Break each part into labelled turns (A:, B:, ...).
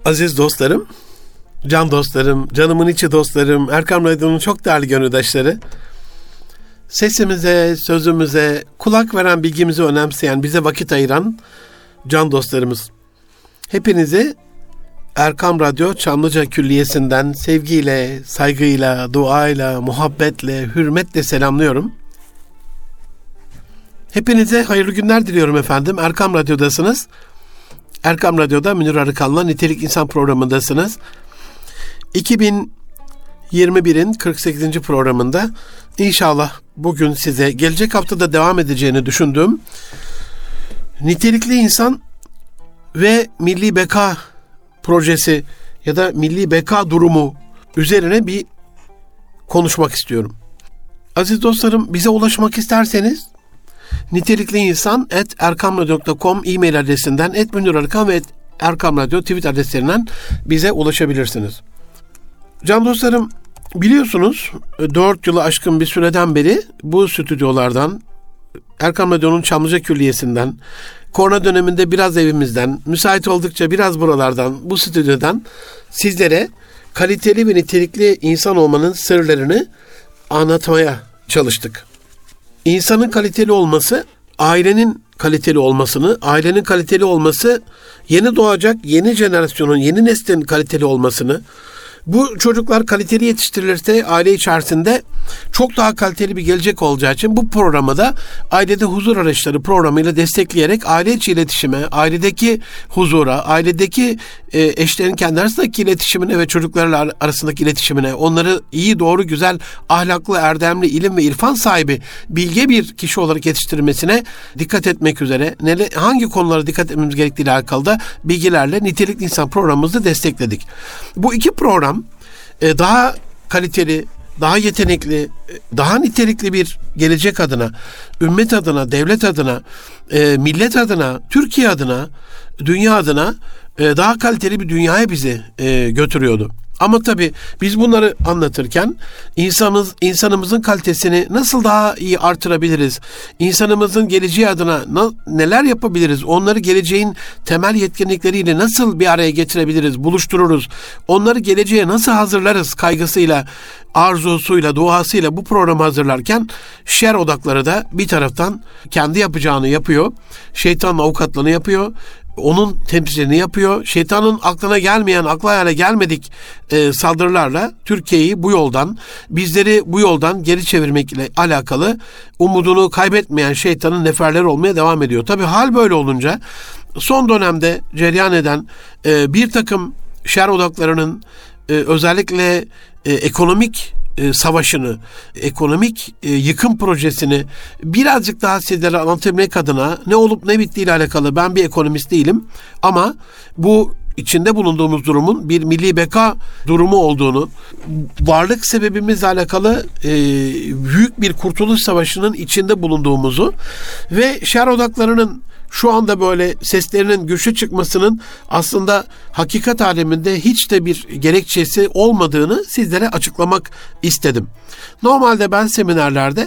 A: Aziz dostlarım, can dostlarım, canımın içi dostlarım, Erkam Radyo'nun çok değerli gönüldaşları, sesimize, sözümüze, kulak veren, bilgimizi önemseyen, bize vakit ayıran can dostlarımız. Hepinizi Erkam Radyo Çamlıca Külliyesi'nden sevgiyle, saygıyla, duayla, muhabbetle, hürmetle selamlıyorum. Hepinize hayırlı günler diliyorum efendim. Erkam Radyo'dasınız. Erkam Radyo'da Münir Arıkan'la Nitelik İnsan programındasınız. 2021'in 48. programında inşallah bugün size gelecek haftada devam edeceğini düşündüğüm nitelikli insan ve milli beka projesi ya da milli beka durumu üzerine bir konuşmak istiyorum. Aziz dostlarım, bize ulaşmak isterseniz nitelikliinsan@erkamradyo.com e-mail adresinden, @münirarıkan ve @erkamradyo tweet adreslerinden bize ulaşabilirsiniz. Can dostlarım, biliyorsunuz 4 yılı aşkın bir süreden beri bu stüdyolardan, Erkam Radyo'nun Çamlıca Külliyesi'nden, korona döneminde biraz evimizden, müsait oldukça biraz buralardan, bu stüdyodan sizlere kaliteli ve nitelikli insan olmanın sırlarını anlatmaya çalıştık. İnsanın kaliteli olması, ailenin kaliteli olmasını, ailenin kaliteli olması, yeni doğacak yeni jenerasyonun, yeni neslin kaliteli olmasını, bu çocuklar kaliteli yetiştirilirse aile içerisinde çok daha kaliteli bir gelecek olacağı için bu programı da Ailede Huzur Araçları programıyla destekleyerek aile içi iletişime, ailedeki huzura, ailedeki eşlerin kendi arasındaki iletişimine ve çocuklarla arasındaki iletişimine, onları iyi, doğru, güzel, ahlaklı, erdemli, ilim ve irfan sahibi, bilge bir kişi olarak yetiştirilmesine dikkat etmek üzere hangi konulara dikkat etmemiz gerektiği ile alakalı da bilgilerle Nitelikli İnsan programımızı destekledik. Bu iki program daha kaliteli, daha yetenekli, daha nitelikli bir gelecek adına, ümmet adına, devlet adına, millet adına, Türkiye adına, dünya adına daha kaliteli bir dünyaya bizi götürüyordu. Ama tabii biz bunları anlatırken insanımızın kalitesini nasıl daha iyi artırabiliriz? İnsanımızın geleceği adına neler yapabiliriz? Onları geleceğin temel yetkinlikleriyle nasıl bir araya getirebiliriz, buluştururuz? Onları geleceğe nasıl hazırlarız kaygısıyla, arzusuyla, duasıyla bu programı hazırlarken şer odakları da bir taraftan kendi yapacağını yapıyor. Şeytanın avukatlığını yapıyor. Onun temsilini yapıyor. Şeytanın aklına gelmeyen, akla hayale gelmedik saldırılarla Türkiye'yi bu yoldan, bizleri bu yoldan geri çevirmekle alakalı umudunu kaybetmeyen şeytanın neferleri olmaya devam ediyor. Tabii hal böyle olunca son dönemde cereyan eden bir takım şer odaklarının özellikle ekonomik savaşını, ekonomik yıkım projesini birazcık daha sizlere anlatabilmek adına ne olup ne bittiği ile alakalı, ben bir ekonomist değilim ama bu içinde bulunduğumuz durumun bir milli beka durumu olduğunu, varlık sebebimizle alakalı büyük bir kurtuluş savaşının içinde bulunduğumuzu ve şer odaklarının şu anda böyle seslerinin güçlü çıkmasının aslında hakikat aleminde hiç de bir gerekçesi olmadığını sizlere açıklamak istedim. Normalde ben seminerlerde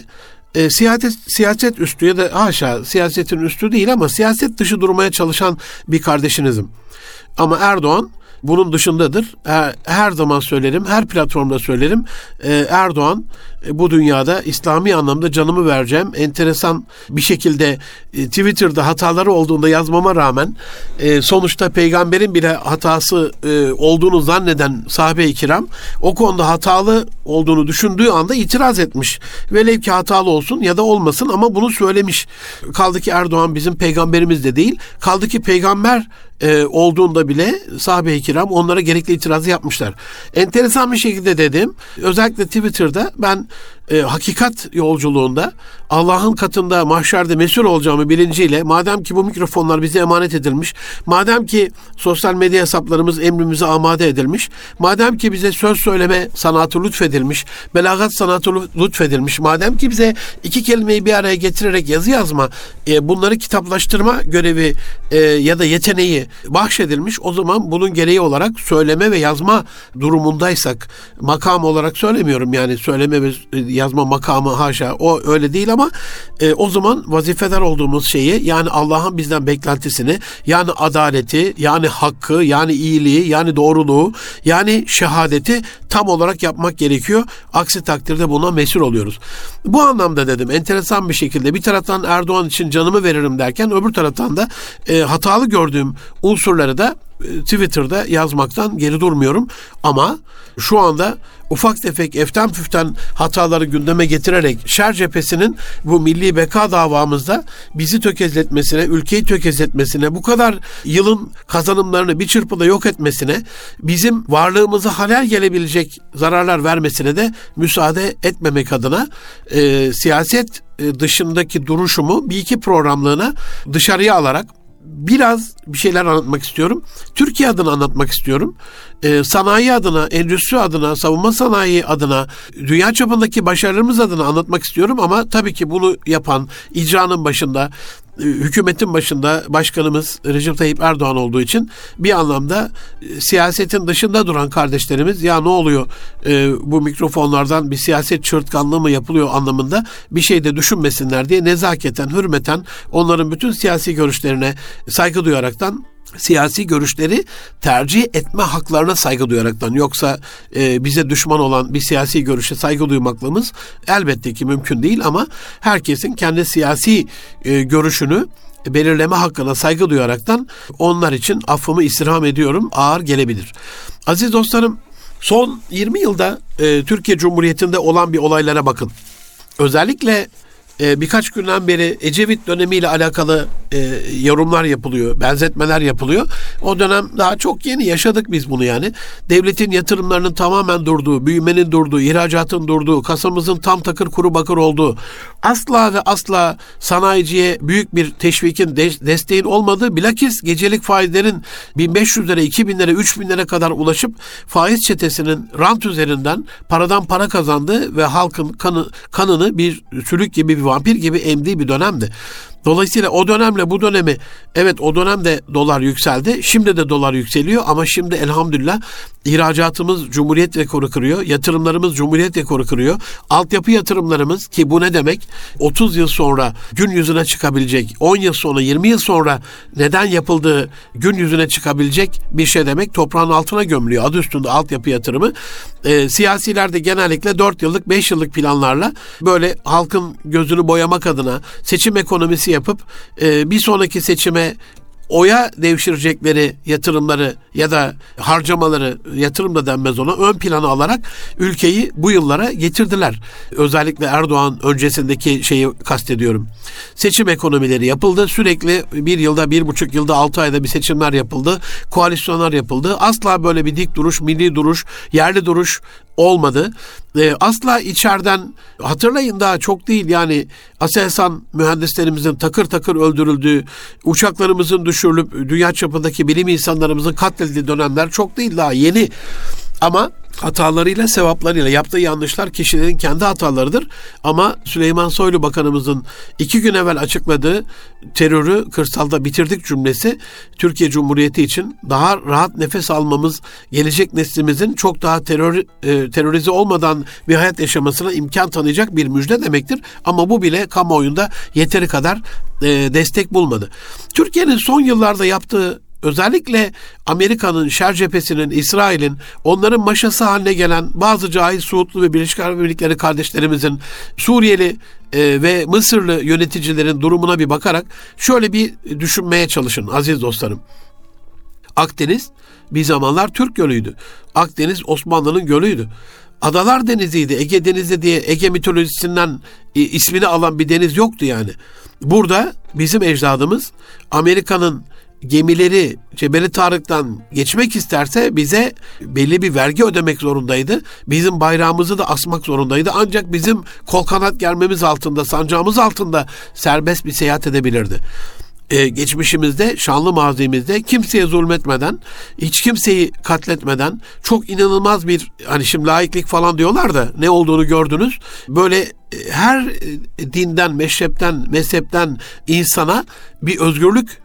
A: siyaset üstü ya da haşa siyasetin üstü değil ama siyaset dışı durmaya çalışan bir kardeşinizim. Ama Erdoğan bunun dışındadır. Her zaman söylerim, her platformda söylerim. Erdoğan bu dünyada İslami anlamda canımı vereceğim. Enteresan bir şekilde Twitter'da hataları olduğunda yazmama rağmen sonuçta peygamberin bile hatası olduğunu zanneden sahabe-i kiram o konuda hatalı olduğunu düşündüğü anda itiraz etmiş. Velev ki hatalı olsun ya da olmasın ama bunu söylemiş. Kaldı ki Erdoğan bizim peygamberimiz de değil. Kaldı ki peygamber olduğunda bile sahabe-i kiram onlara gerekli itirazı yapmışlar. Enteresan bir şekilde dedim. Özellikle Twitter'da ben hakikat yolculuğunda Allah'ın katında mahşerde mesul olacağımı bilinciyle, madem ki bu mikrofonlar bize emanet edilmiş, madem ki sosyal medya hesaplarımız emrimize amade edilmiş, madem ki bize söz söyleme sanatı lütfedilmiş, belagat sanatı lütfedilmiş, madem ki bize iki kelimeyi bir araya getirerek yazı yazma, bunları kitaplaştırma görevi ya da yeteneği bahşedilmiş, o zaman bunun gereği olarak söyleme ve yazma durumundaysak, makam olarak söylemiyorum yani söyleme ve yazma makamı haşa, o öyle değil ama o zaman vazifedar olduğumuz şeyi, yani Allah'ın bizden beklentisini, yani adaleti, yani hakkı, yani iyiliği, yani doğruluğu, yani şehadeti tam olarak yapmak gerekiyor. Aksi takdirde buna mesul oluyoruz. Bu anlamda dedim, enteresan bir şekilde bir taraftan Erdoğan için canımı veririm derken öbür taraftan da hatalı gördüğüm unsurları da Twitter'da yazmaktan geri durmuyorum. Ama şu anda ufak tefek eften püften hataları gündeme getirerek şer cephesinin bu milli beka davamızda bizi tökezletmesine, ülkeyi tökezletmesine, bu kadar yılın kazanımlarını bir çırpıda yok etmesine, bizim varlığımıza halel gelebilecek zararlar vermesine de müsaade etmemek adına siyaset dışındaki duruşumu bir iki programlığına dışarıya alarak biraz bir şeyler anlatmak istiyorum. Türkiye adına anlatmak istiyorum. Sanayi adına, endüstri adına, savunma sanayi adına, dünya çapındaki başarılarımız adına anlatmak istiyorum. Ama tabii ki bunu yapan, icranın başında, hükümetin başında başkanımız Recep Tayyip Erdoğan olduğu için bir anlamda siyasetin dışında duran kardeşlerimiz, ya ne oluyor bu mikrofonlardan bir siyaset çırtkanlığı mı yapılıyor anlamında bir şey de düşünmesinler diye nezaketen, hürmeten onların bütün siyasi görüşlerine saygı duyaraktan, siyasi görüşleri tercih etme haklarına saygı duyaraktan, yoksa bize düşman olan bir siyasi görüşe saygı duymaklığımız elbette ki mümkün değil, ama herkesin kendi siyasi görüşünü belirleme hakkına saygı duyaraktan onlar için affımı istirham ediyorum, ağır gelebilir. Aziz dostlarım, son 20 yılda Türkiye Cumhuriyeti'nde olan bir olaylara bakın. Özellikle birkaç günden beri Ecevit dönemiyle alakalı yorumlar yapılıyor, benzetmeler yapılıyor. O dönem daha çok yeni yaşadık biz bunu yani. Devletin yatırımlarının tamamen durduğu, büyümenin durduğu, ihracatın durduğu, kasamızın tam takır kuru bakır olduğu, asla ve asla sanayiciye büyük bir teşvikin, desteğin olmadığı, bilakis gecelik faizlerin 1500'lere, 2000'lere, 3000'lere kadar ulaşıp faiz çetesinin rant üzerinden paradan para kazandığı ve halkın kanını bir sülük gibi, bir vampir gibi emdiği bir dönemdi. Dolayısıyla o dönemle bu dönemi, evet o dönemde dolar yükseldi, şimdi de dolar yükseliyor ama şimdi elhamdülillah ihracatımız Cumhuriyet rekoru kırıyor, yatırımlarımız Cumhuriyet rekoru kırıyor. Altyapı yatırımlarımız, ki bu ne demek? 30 yıl sonra gün yüzüne çıkabilecek, 10 yıl sonra, 20 yıl sonra neden yapıldığı gün yüzüne çıkabilecek bir şey demek. Toprağın altına gömülüyor, adı üstünde altyapı yatırımı. Siyasiler de genellikle 4 yıllık, 5 yıllık planlarla böyle halkın gözünü boyamak adına seçim ekonomisi yapıp bir sonraki seçime oya devşirecekleri yatırımları ya da harcamaları, yatırım da denmez ona, ön plana alarak ülkeyi bu yıllara getirdiler. Özellikle Erdoğan öncesindeki şeyi kastediyorum. Seçim ekonomileri yapıldı. Sürekli bir yılda, 1,5 yılda, 6 ayda bir seçimler yapıldı. Koalisyonlar yapıldı. Asla böyle bir dik duruş, milli duruş, yerli duruş olmadı. Asla içeriden, hatırlayın daha çok değil yani, Aselsan mühendislerimizin takır takır öldürüldüğü, uçaklarımızın düşürülüp dünya çapındaki bilim insanlarımızın katledildiği dönemler çok değil, daha yeni. Ama hatalarıyla, sevaplarıyla, yaptığı yanlışlar kişilerin kendi hatalarıdır. Ama Süleyman Soylu Bakanımızın 2 gün evvel açıkladığı terörü kırsalda bitirdik cümlesi, Türkiye Cumhuriyeti için daha rahat nefes almamız, gelecek neslimizin çok daha terörize olmadan bir hayat yaşamasına imkan tanıyacak bir müjde demektir. Ama bu bile kamuoyunda yeteri kadar destek bulmadı. Türkiye'nin son yıllarda yaptığı, özellikle Amerika'nın, şer cephesinin, İsrail'in, onların maşası haline gelen bazı cahil Suudlu ve Birleşik Arap Emirlikleri kardeşlerimizin, Suriyeli ve Mısırlı yöneticilerin durumuna bir bakarak şöyle bir düşünmeye çalışın aziz dostlarım. Akdeniz bir zamanlar Türk gölüydü. Akdeniz Osmanlı'nın gölüydü. Adalar Denizi'ydi. Ege Denizi diye Ege mitolojisinden ismini alan bir deniz yoktu yani. Burada bizim ecdadımız Amerika'nın gemileri Cebeli Tarık'tan geçmek isterse bize belli bir vergi ödemek zorundaydı. Bizim bayrağımızı da asmak zorundaydı. Ancak bizim kol kanat germemiz altında, sancağımız altında serbest bir seyahat edebilirdi. Geçmişimizde, şanlı mazimizde kimseye zulmetmeden, hiç kimseyi katletmeden, çok inanılmaz bir, hani şimdi laiklik falan diyorlar da ne olduğunu gördünüz. Böyle her dinden, meşrepten, mezhepten insana bir özgürlük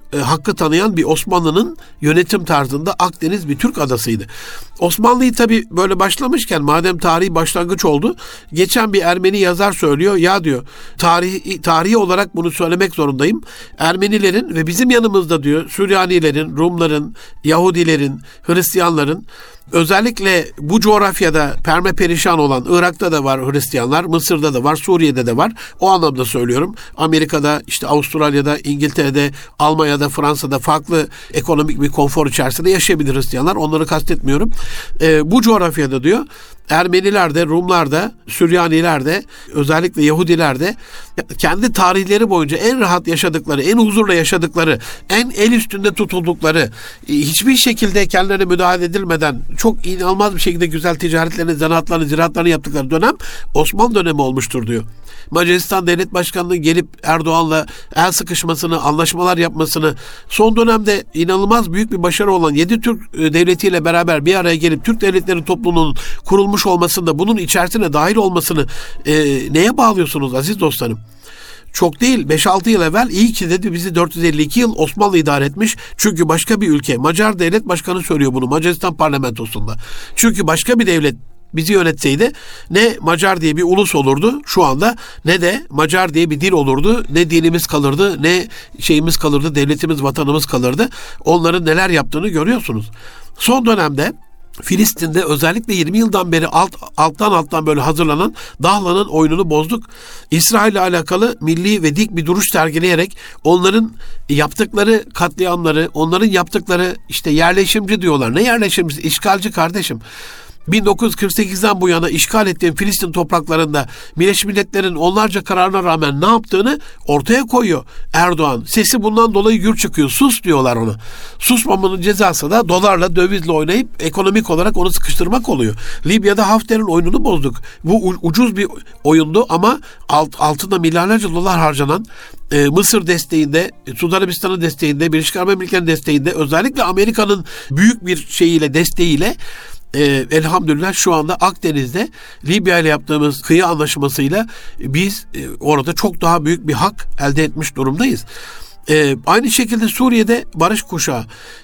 A: hakkı tanıyan bir Osmanlı'nın yönetim tarzında Akdeniz bir Türk adasıydı. Osmanlı'yı tabii böyle başlamışken, madem tarihi başlangıç oldu, geçen bir Ermeni yazar söylüyor, ya diyor, tarihi olarak bunu söylemek zorundayım. Ermenilerin ve bizim yanımızda diyor Süryanilerin, Rumların, Yahudilerin, Hristiyanların, özellikle bu coğrafyada perperişan olan, Irak'ta da var Hristiyanlar, Mısır'da da var, Suriye'de de var. O anlamda söylüyorum. Amerika'da, işte Avustralya'da, İngiltere'de, Almanya'da, Fransa'da farklı ekonomik bir konfor içerisinde yaşayabilir Hristiyanlar. Onları kastetmiyorum. Bu coğrafyada diyor, Ermeniler de, Rumlar da, Süryaniler de, özellikle Yahudiler de kendi tarihleri boyunca en rahat yaşadıkları, en huzurla yaşadıkları, en el üstünde tutuldukları, hiçbir şekilde kendilerine müdahale edilmeden çok inanılmaz bir şekilde güzel ticaretlerini, zanaatlarını, ziraatlarını yaptıkları dönem Osmanlı dönemi olmuştur diyor. Macaristan Devlet Başkanı'nın gelip Erdoğan'la el sıkışmasını, anlaşmalar yapmasını, son dönemde inanılmaz büyük bir başarı olan 7 Türk devletiyle beraber bir araya gelip Türk devletleri topluluğunun kurulmuş olmasında, bunun içerisine dahil olmasını neye bağlıyorsunuz aziz dostlarım? Çok değil, 5-6 yıl evvel iyi ki dedi bizi 452 yıl Osmanlı idare etmiş. Çünkü başka bir ülke, Macar Devlet Başkanı söylüyor bunu Macaristan parlamentosunda. Çünkü başka bir devlet bizi yönetseydi ne Macar diye bir ulus olurdu şu anda, ne de Macar diye bir dil olurdu. Ne dinimiz kalırdı, ne şeyimiz kalırdı, devletimiz, vatanımız kalırdı. Onların neler yaptığını görüyorsunuz. Son dönemde Filistin'de özellikle 20 yıldan beri alttan böyle hazırlanan Dahlan'ın oyununu bozduk. İsrail'le alakalı milli ve dik bir duruş sergileyerek onların yaptıkları katliamları, onların yaptıkları işte yerleşimci diyorlar. Ne yerleşimcisi? İşgalci kardeşim. 1948'den bu yana işgal ettiğim Filistin topraklarında Birleşmiş Milletler'in onlarca kararına rağmen ne yaptığını ortaya koyuyor Erdoğan. Sesi bundan dolayı gür çıkıyor. Sus diyorlar ona. Susmamanın cezası da dolarla, dövizle oynayıp ekonomik olarak onu sıkıştırmak oluyor. Libya'da Hafter'in oyununu bozduk. Bu ucuz bir oyundu ama altında milyarlarca dolar harcanan, Mısır desteğinde, Suudi Arabistan'ın desteğinde, Birleşik Arap Emirlikleri'nin desteğinde, özellikle Amerika'nın büyük bir desteğiyle elhamdülillah şu anda Akdeniz'de Libya ile yaptığımız kıyı anlaşmasıyla biz orada çok daha büyük bir hak elde etmiş durumdayız. Aynı şekilde Suriye'de barış kuşağı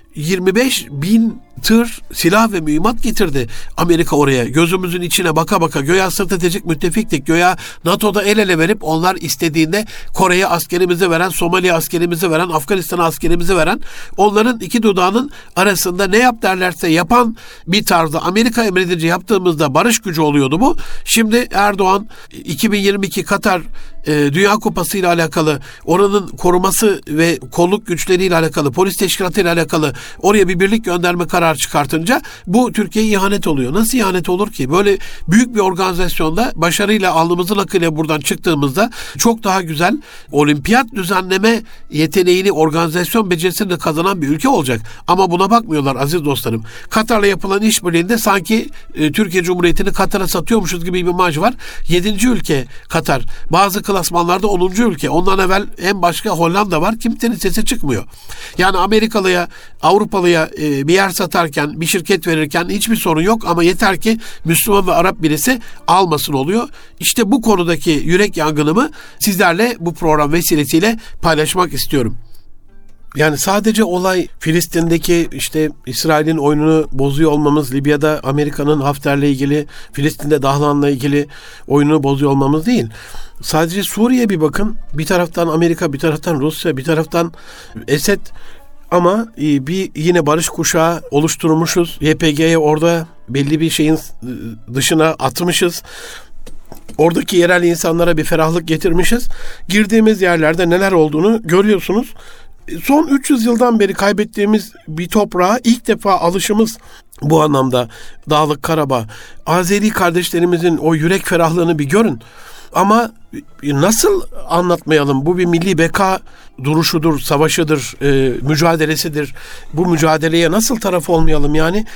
A: 25 bin tır silah ve mühimmat getirdi Amerika oraya. Gözümüzün içine baka baka, göya stratejik müttefiktik, göya NATO'da el ele verip onlar istediğinde Kore'ye askerimizi veren, Somali'ye askerimizi veren, Afganistan'a askerimizi veren, onların iki dudağının arasında ne yap derlerse yapan bir tarzda Amerika emredince yaptığımızda barış gücü oluyordu bu. Şimdi Erdoğan 2022 Katar Dünya Kupası ile alakalı, oranın koruması ve kolluk güçleriyle alakalı, polis teşkilatı ile alakalı oraya bir birlik gönderme kararı çıkartınca bu Türkiye'ye ihanet oluyor. Nasıl ihanet olur ki? Böyle büyük bir organizasyonda başarıyla, alnımızın akıyla buradan çıktığımızda çok daha güzel olimpiyat düzenleme yeteneğini, organizasyon becerisini de kazanan bir ülke olacak. Ama buna bakmıyorlar aziz dostlarım. Katar'la yapılan işbirliğinde sanki Türkiye Cumhuriyeti'ni Katar'a satıyormuşuz gibi bir imaj var. 7. ülke Katar. Bazı klasmanlarda 10. ülke. Ondan evvel en başka Hollanda var. Kimsenin sesi çıkmıyor. Yani Amerikalıya, Avrupalıya bir yer satarken, bir şirket verirken hiçbir sorun yok ama yeter ki Müslüman ve Arap birisi almasın oluyor. İşte bu konudaki yürek yangınımı sizlerle bu program vesilesiyle paylaşmak istiyorum. Yani sadece olay Filistin'deki işte İsrail'in oyununu bozuyor olmamız, Libya'da Amerika'nın Hafter'le ilgili, Filistin'de Dahlan'la ilgili oyununu bozuyor olmamız değil. Sadece Suriye bir bakın. Bir taraftan Amerika, bir taraftan Rusya, bir taraftan Esed. Ama bir yine barış kuşağı oluşturmuşuz. YPG'ye orada belli bir şeyin dışına atmışız. Oradaki yerel insanlara bir ferahlık getirmişiz. Girdiğimiz yerlerde neler olduğunu görüyorsunuz. Son 300 yıldan beri kaybettiğimiz bir toprağa ilk defa alışımız bu anlamda. Dağlık Karabağ. Azeri kardeşlerimizin o yürek ferahlığını bir görün. Ama nasıl anlatmayalım? Bu bir milli beka duruşudur, savaşıdır, mücadelesidir. Bu mücadeleye nasıl taraf olmayalım? Yani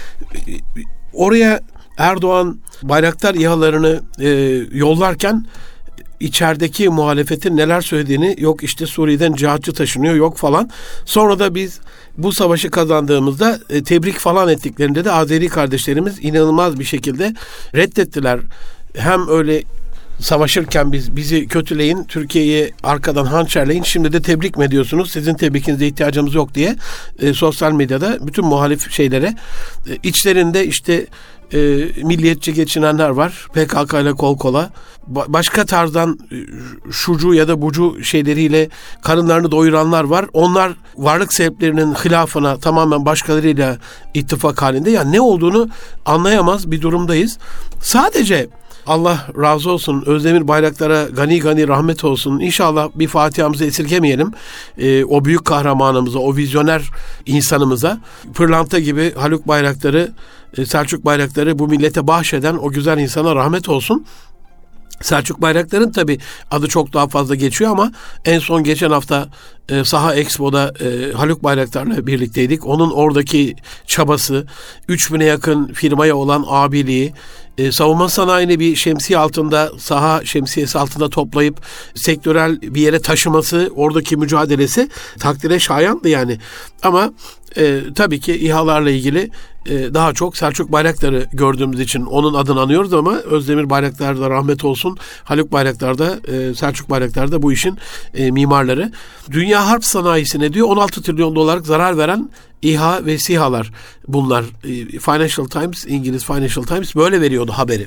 A: oraya Erdoğan Bayraktar İHA'larını yollarken içerideki muhalefetin neler söylediğini, yok işte Suriye'den cihatçı taşınıyor, yok falan. Sonra da biz bu savaşı kazandığımızda tebrik falan ettiklerinde de Azeri kardeşlerimiz inanılmaz bir şekilde reddettiler. Hem öyle savaşırken bizi kötüleyin, Türkiye'yi arkadan hançerleyin, şimdi de tebrik mi ediyorsunuz? Sizin tebrikinize ihtiyacımız yok diye sosyal medyada bütün muhalif şeylere içlerinde işte milliyetçi geçinenler var. PKK ile kol kola. Başka tarzdan şucu ya da bucu şeyleriyle karınlarını doyuranlar var. Onlar varlık sebeplerinin hilafına tamamen başkalarıyla ittifak halinde. Yani ne olduğunu anlayamaz bir durumdayız. Sadece Allah razı olsun, Özdemir Bayraktar'a gani gani rahmet olsun. İnşallah bir Fatiha'mızı esirgemeyelim. O büyük kahramanımıza, o vizyoner insanımıza, pırlanta gibi Haluk Bayraktar'ı, Selçuk Bayraktar'ı bu millete bahşeden o güzel insana rahmet olsun. Selçuk Bayraktar'ın tabii adı çok daha fazla geçiyor ama en son geçen hafta Saha Expo'da Haluk Bayraktar'la birlikteydik. Onun oradaki çabası, 3000'e yakın firmaya olan abiliği, savunma sanayini bir şemsiye altında, saha şemsiyesi altında toplayıp sektörel bir yere taşıması, oradaki mücadelesi takdire şayandı yani. Ama tabii ki İHA'larla ilgili daha çok Selçuk Bayraktar'ı gördüğümüz için onun adını anıyoruz ama Özdemir Bayraktar da rahmet olsun, Haluk Bayraktar da, Selçuk Bayraktar da bu işin mimarları. Dünya harp sanayisine diyor 16 trilyon dolarlık zarar veren İHA ve SİHA'lar bunlar. Financial Times, İngiliz Financial Times böyle veriyordu haberi.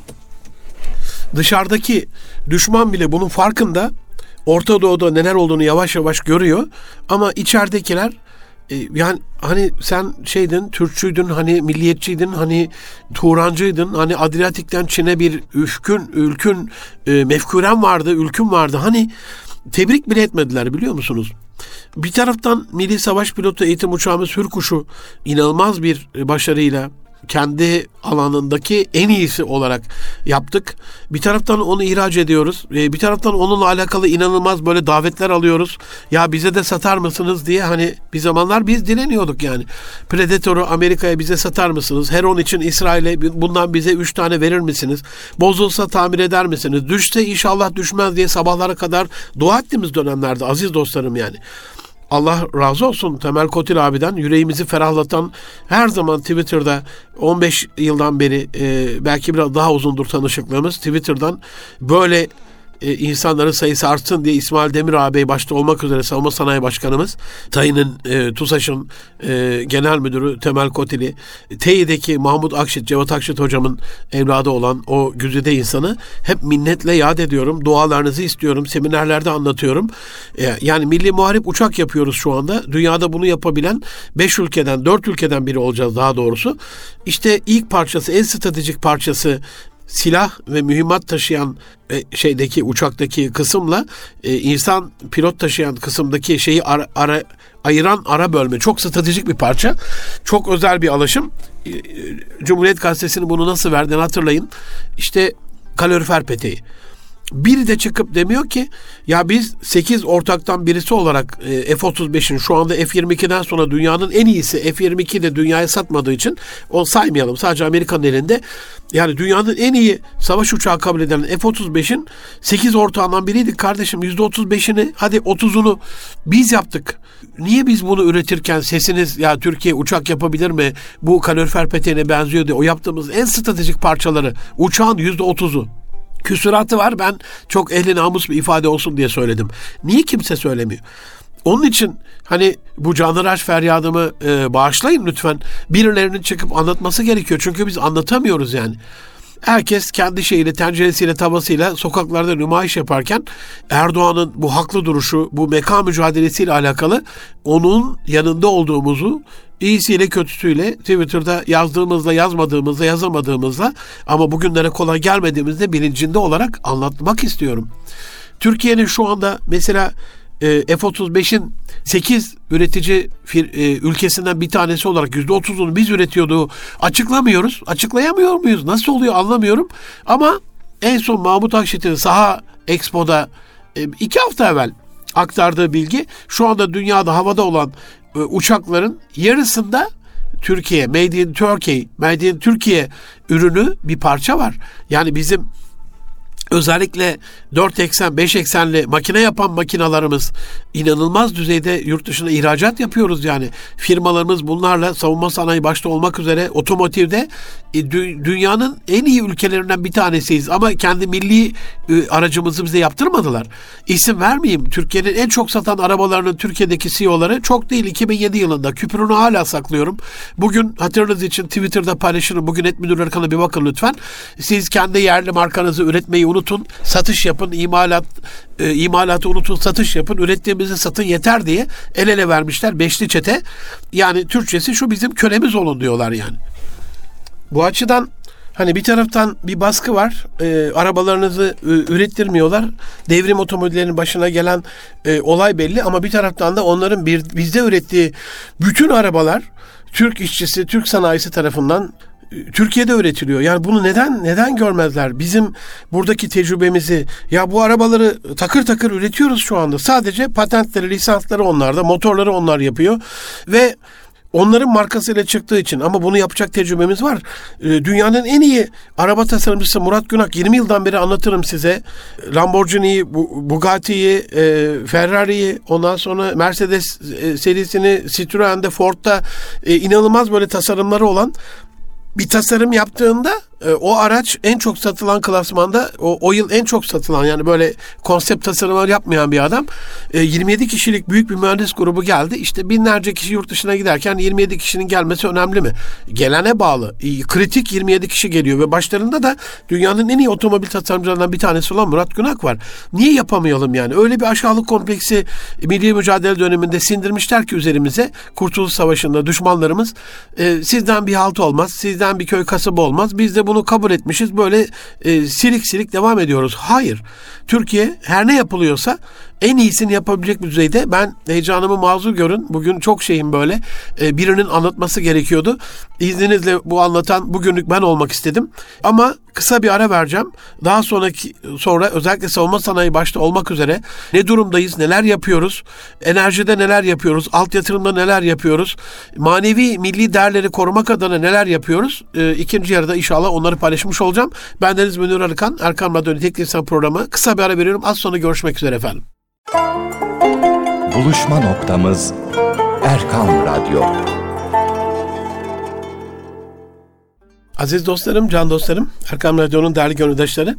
A: Dışarıdaki düşman bile bunun farkında. Orta Doğu'da neler olduğunu yavaş yavaş görüyor. Ama içeridekiler yani hani sen şeydin, Türkçüydün, hani milliyetçiydin, hani Turancıydın, hani Adriyatik'ten Çin'e bir ülkün mefkuren vardı, ülkün vardı. Hani tebrik bile etmediler, biliyor musunuz? Bir taraftan Milli Savaş Pilotu eğitim uçağımız Hürkuş'u inanılmaz bir başarıyla kendi alanındaki en iyisi olarak yaptık. Bir taraftan onu ihraç ediyoruz. Bir taraftan onunla alakalı inanılmaz böyle davetler alıyoruz. Ya bize de satar mısınız diye, hani bir zamanlar biz direniyorduk yani. Predator'u Amerika'ya bize satar mısınız? Heron için İsrail'e bundan bize 3 tane verir misiniz? Bozulsa tamir eder misiniz? Düşse inşallah düşmez diye sabahlara kadar dua ettiğimiz dönemlerde aziz dostlarım yani. Allah razı olsun Temel Kotil abiden, yüreğimizi ferahlatan, her zaman Twitter'da 15 yıldan beri belki biraz daha uzundur tanışıklığımız, Twitter'dan böyle insanların sayısı artsın diye İsmail Demir ağabey başta olmak üzere Savunma Sanayi Başkanımız, TAİ'nin, TUSAŞ'ın genel müdürü Temel Kotil'i, TEİ'deki Mahmut Akşit, Cevat Akşit hocamın evladı olan o güzide insanı hep minnetle yad ediyorum. Dualarınızı istiyorum. Seminerlerde anlatıyorum. Yani milli muharip uçak yapıyoruz şu anda. Dünyada bunu yapabilen 5 ülkeden, 4 ülkeden biri olacağız daha doğrusu. İşte ilk parçası, en stratejik parçası silah ve mühimmat taşıyan şeydeki uçaktaki kısımla insan pilot taşıyan kısımdaki şeyi ayıran ara bölme çok stratejik bir parça. Çok özel bir alaşım. Cumhuriyet Gazetesi'nin bunu nasıl verdiğini hatırlayın. İşte kalorifer peteği. Biri de çıkıp demiyor ki ya biz 8 ortaktan birisi olarak F-35'in şu anda F-22'den sonra dünyanın en iyisi, F-22 de dünyaya satmadığı için onu saymayalım, sadece Amerika'nın elinde. Yani dünyanın en iyi savaş uçağı kabul edilen F-35'in 8 ortağından biriydik kardeşim. %35'ini, hadi 30'unu biz yaptık. Niye biz bunu üretirken sesiniz ya Türkiye uçak yapabilir mi? Bu kalorifer peteğine benziyor diye o yaptığımız en stratejik parçaları, uçağın %30'u. Küsuratı var, ben çok ehli namus bir ifade olsun diye söyledim. Niye kimse söylemiyor? Onun için hani bu canhıraş feryadımı bağışlayın lütfen. Birilerinin çıkıp anlatması gerekiyor. Çünkü biz anlatamıyoruz yani. Herkes kendi şeyiyle, tenceresiyle, tavasıyla sokaklarda nümayiş yaparken Erdoğan'ın bu haklı duruşu, bu meka mücadelesiyle alakalı onun yanında olduğumuzu iyisiyle kötüsüyle Twitter'da yazdığımızla, yazmadığımızla, yazamadığımızla ama bugünlere kolay gelmediğimizde bilincinde olarak anlatmak istiyorum. Türkiye'nin şu anda mesela F-35'in 8 üretici ülkesinden bir tanesi olarak %30'unu biz üretiyorduk. Açıklamıyoruz. Açıklayamıyor muyuz? Nasıl oluyor anlamıyorum. Ama en son Mahmut Akşit'in Saha Expo'da 2 hafta evvel aktardığı bilgi, şu anda dünyada havada olan uçakların yarısında Türkiye, Made in Turkey, Made in Türkiye ürünü bir parça var. Yani bizim Özellikle 4 eksen, 5 eksenli makine yapan makinalarımız inanılmaz düzeyde yurt dışına ihracat yapıyoruz yani. Firmalarımız bunlarla savunma sanayi başta olmak üzere otomotivde dünyanın en iyi ülkelerinden bir tanesiyiz. Ama kendi milli aracımızı bize yaptırmadılar. İsim vermeyeyim. Türkiye'nin en çok satan arabalarının Türkiye'deki CEO'ları çok değil 2007 yılında. Küpürünü hala saklıyorum. Bugün hatırınız için Twitter'da paylaşırım. Bugün Münir Arıkan'a bir bakın lütfen. Siz kendi yerli markanızı üretmeyi unutun. Satış yapın. İmalatı unutun. Satış yapın. Ürettiğimizi satın yeter diye el ele vermişler. Beşli çete. Yani Türkçesi şu, bizim kölemiz olun diyorlar yani. Bu açıdan hani bir taraftan bir baskı var. Arabalarınızı ürettirmiyorlar. Devrim otomobillerinin başına gelen olay belli ama bir taraftan da onların bizde ürettiği bütün arabalar Türk işçisi, Türk sanayisi tarafından Türkiye'de üretiliyor. Yani bunu neden görmezler? Bizim buradaki tecrübemizi, ya bu arabaları takır takır üretiyoruz şu anda. Sadece patentleri, lisansları onlarda, motorları onlar yapıyor ve onların markasıyla çıktığı için, ama bunu yapacak tecrübemiz var. Dünyanın en iyi araba tasarımcısı Murat Günak, 20 yıldan beri anlatırım size. Lamborghini'yi, Bugatti'yi, Ferrari'yi, ondan sonra Mercedes serisini, Citroen'de, Ford'da inanılmaz böyle tasarımları olan bir tasarım yaptığında o araç en çok satılan klasmanda, o yıl en çok satılan, yani böyle konsept tasarımlar yapmayan bir adam. 27 kişilik büyük bir mühendis grubu geldi. İşte binlerce kişi yurt dışına giderken 27 kişinin gelmesi önemli mi? Gelene bağlı. Kritik 27 kişi geliyor ve başlarında da dünyanın en iyi otomobil tasarımcılarından bir tanesi olan Murat Günak var. Niye yapamayalım yani? Öyle bir aşağılık kompleksi milli mücadele döneminde sindirmişler ki üzerimize, Kurtuluş Savaşı'nda düşmanlarımız, sizden bir halt olmaz, sizden bir köy kasaba olmaz. Biz de bunu kabul etmişiz. Böyle silik silik devam ediyoruz. Hayır. Türkiye her ne yapılıyorsa en iyisini yapabilecek bir düzeyde. Ben heyecanımı mazur görün. Bugün çok şeyim böyle. Birinin anlatması gerekiyordu. İzninizle bu anlatan bugünlük ben olmak istedim. Ama kısa bir ara vereceğim. Daha sonra özellikle savunma sanayi başta olmak üzere ne durumdayız, neler yapıyoruz, enerjide neler yapıyoruz, alt yatırımda neler yapıyoruz, manevi milli değerleri korumak adına neler yapıyoruz. İkinci yarıda inşallah onları paylaşmış olacağım. Bendeniz Münir Arıkan, Erkam Radyo Teknik İnsan Programı. Kısa bir ara veriyorum. Az sonra görüşmek üzere efendim.
B: Buluşma noktamız Erkam Radyo.
A: Aziz dostlarım, can dostlarım, Erkam Radyo'nun değerli gönüldaşları,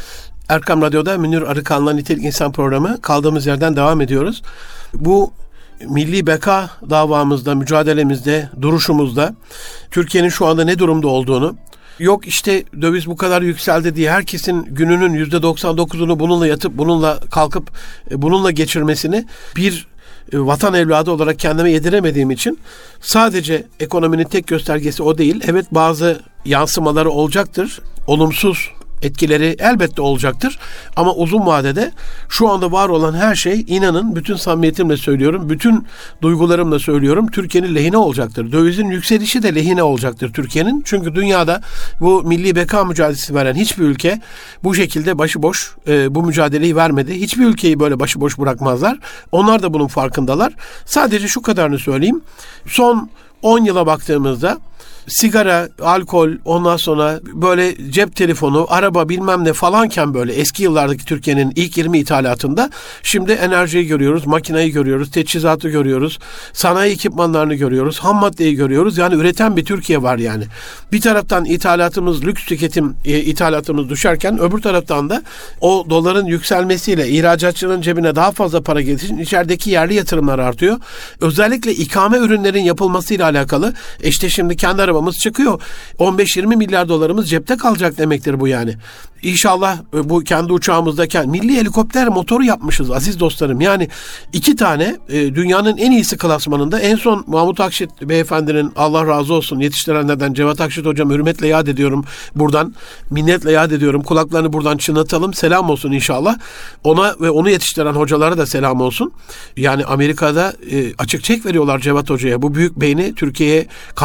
A: Erkam Radyo'da Münir Arıkan'la Nitelik İnsan Programı kaldığımız yerden devam ediyoruz. Bu milli beka davamızda, mücadelemizde, duruşumuzda Türkiye'nin şu anda ne durumda olduğunu, yok işte döviz bu kadar yükseldi diye herkesin gününün %99'unu bununla yatıp, bununla kalkıp, bununla geçirmesini bir vatan evladı olarak kendime yediremediğim için sadece ekonominin tek göstergesi o değil. Evet, bazı yansımaları olacaktır. Olumsuz etkileri elbette olacaktır. Ama uzun vadede şu anda var olan her şey, inanın bütün samimiyetimle söylüyorum, bütün duygularımla söylüyorum, Türkiye'nin lehine olacaktır. Dövizin yükselişi de lehine olacaktır Türkiye'nin. Çünkü dünyada bu milli beka mücadelesi veren hiçbir ülke bu şekilde başıboş bu mücadeleyi vermedi. Hiçbir ülkeyi böyle başıboş bırakmazlar. Onlar da bunun farkındalar. Sadece şu kadarını söyleyeyim. Son 10 yıla baktığımızda sigara, alkol, ondan sonra böyle cep telefonu, araba bilmem ne falanken, böyle eski yıllardaki Türkiye'nin ilk 20 ithalatında, şimdi enerjiyi görüyoruz, makineyi görüyoruz, teçhizatı görüyoruz, sanayi ekipmanlarını görüyoruz, ham maddeyi görüyoruz. Yani üreten bir Türkiye var yani. Bir taraftan ithalatımız, lüks tüketim ithalatımız düşerken, öbür taraftan da o doların yükselmesiyle ihracatçının cebine daha fazla para geldiği için içerideki yerli yatırımlar artıyor. Özellikle ikame ürünlerin yapılmasıyla alakalı, işte şimdi kendi arabamız çıkıyor. 15-20 milyar dolarımız cepte kalacak demektir bu yani. İnşallah bu kendi uçağımızda milli helikopter motoru yapmışız aziz dostlarım. Yani 2 tane dünyanın en iyisi klasmanında, en son Mahmut Akşit beyefendinin, Allah razı olsun, yetiştirenlerden Cevat Akşit hocam, hürmetle yad ediyorum buradan, minnetle yad ediyorum. Kulaklarını buradan çınlatalım. Selam olsun inşallah. Ona ve onu yetiştiren hocalara da selam olsun. Yani Amerika'da açık çek veriyorlar Cevat hocaya. Bu büyük beyni Türkiye'ye kaptırmamak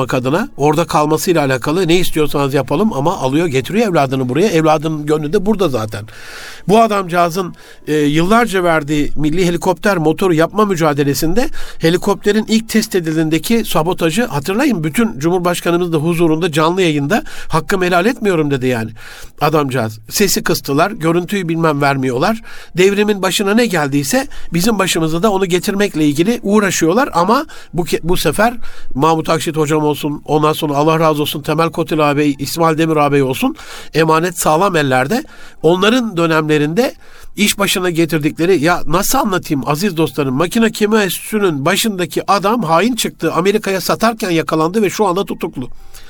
A: olmak adına, orada kalmasıyla alakalı ne istiyorsanız yapalım ama alıyor getiriyor evladını buraya. Evladının gönlü de burada zaten. Bu adamcağızın yıllarca verdiği milli helikopter motoru yapma mücadelesinde helikopterin ilk test edildiğindeki sabotajı hatırlayın. Bütün Cumhurbaşkanımız da huzurunda canlı yayında hakkımı helal etmiyorum dedi yani adamcağız. Sesi kıstılar, görüntüyü bilmem vermiyorlar. Devrimin başına ne geldiyse bizim başımıza da onu getirmekle ilgili uğraşıyorlar ama bu sefer Mahmut Akşit hocam olsun, ondan sonra Allah razı olsun Temel Kotil ağabey, İsmail Demir ağabey olsun, emanet sağlam ellerde. Onların dönemlerinde iş başına getirdikleri, ya nasıl anlatayım aziz dostlarım, Makine Kimya Enstitüsü'nün başındaki adam hain çıktı. Amerika'ya satarken yakalandı ve şu anda tutuklu.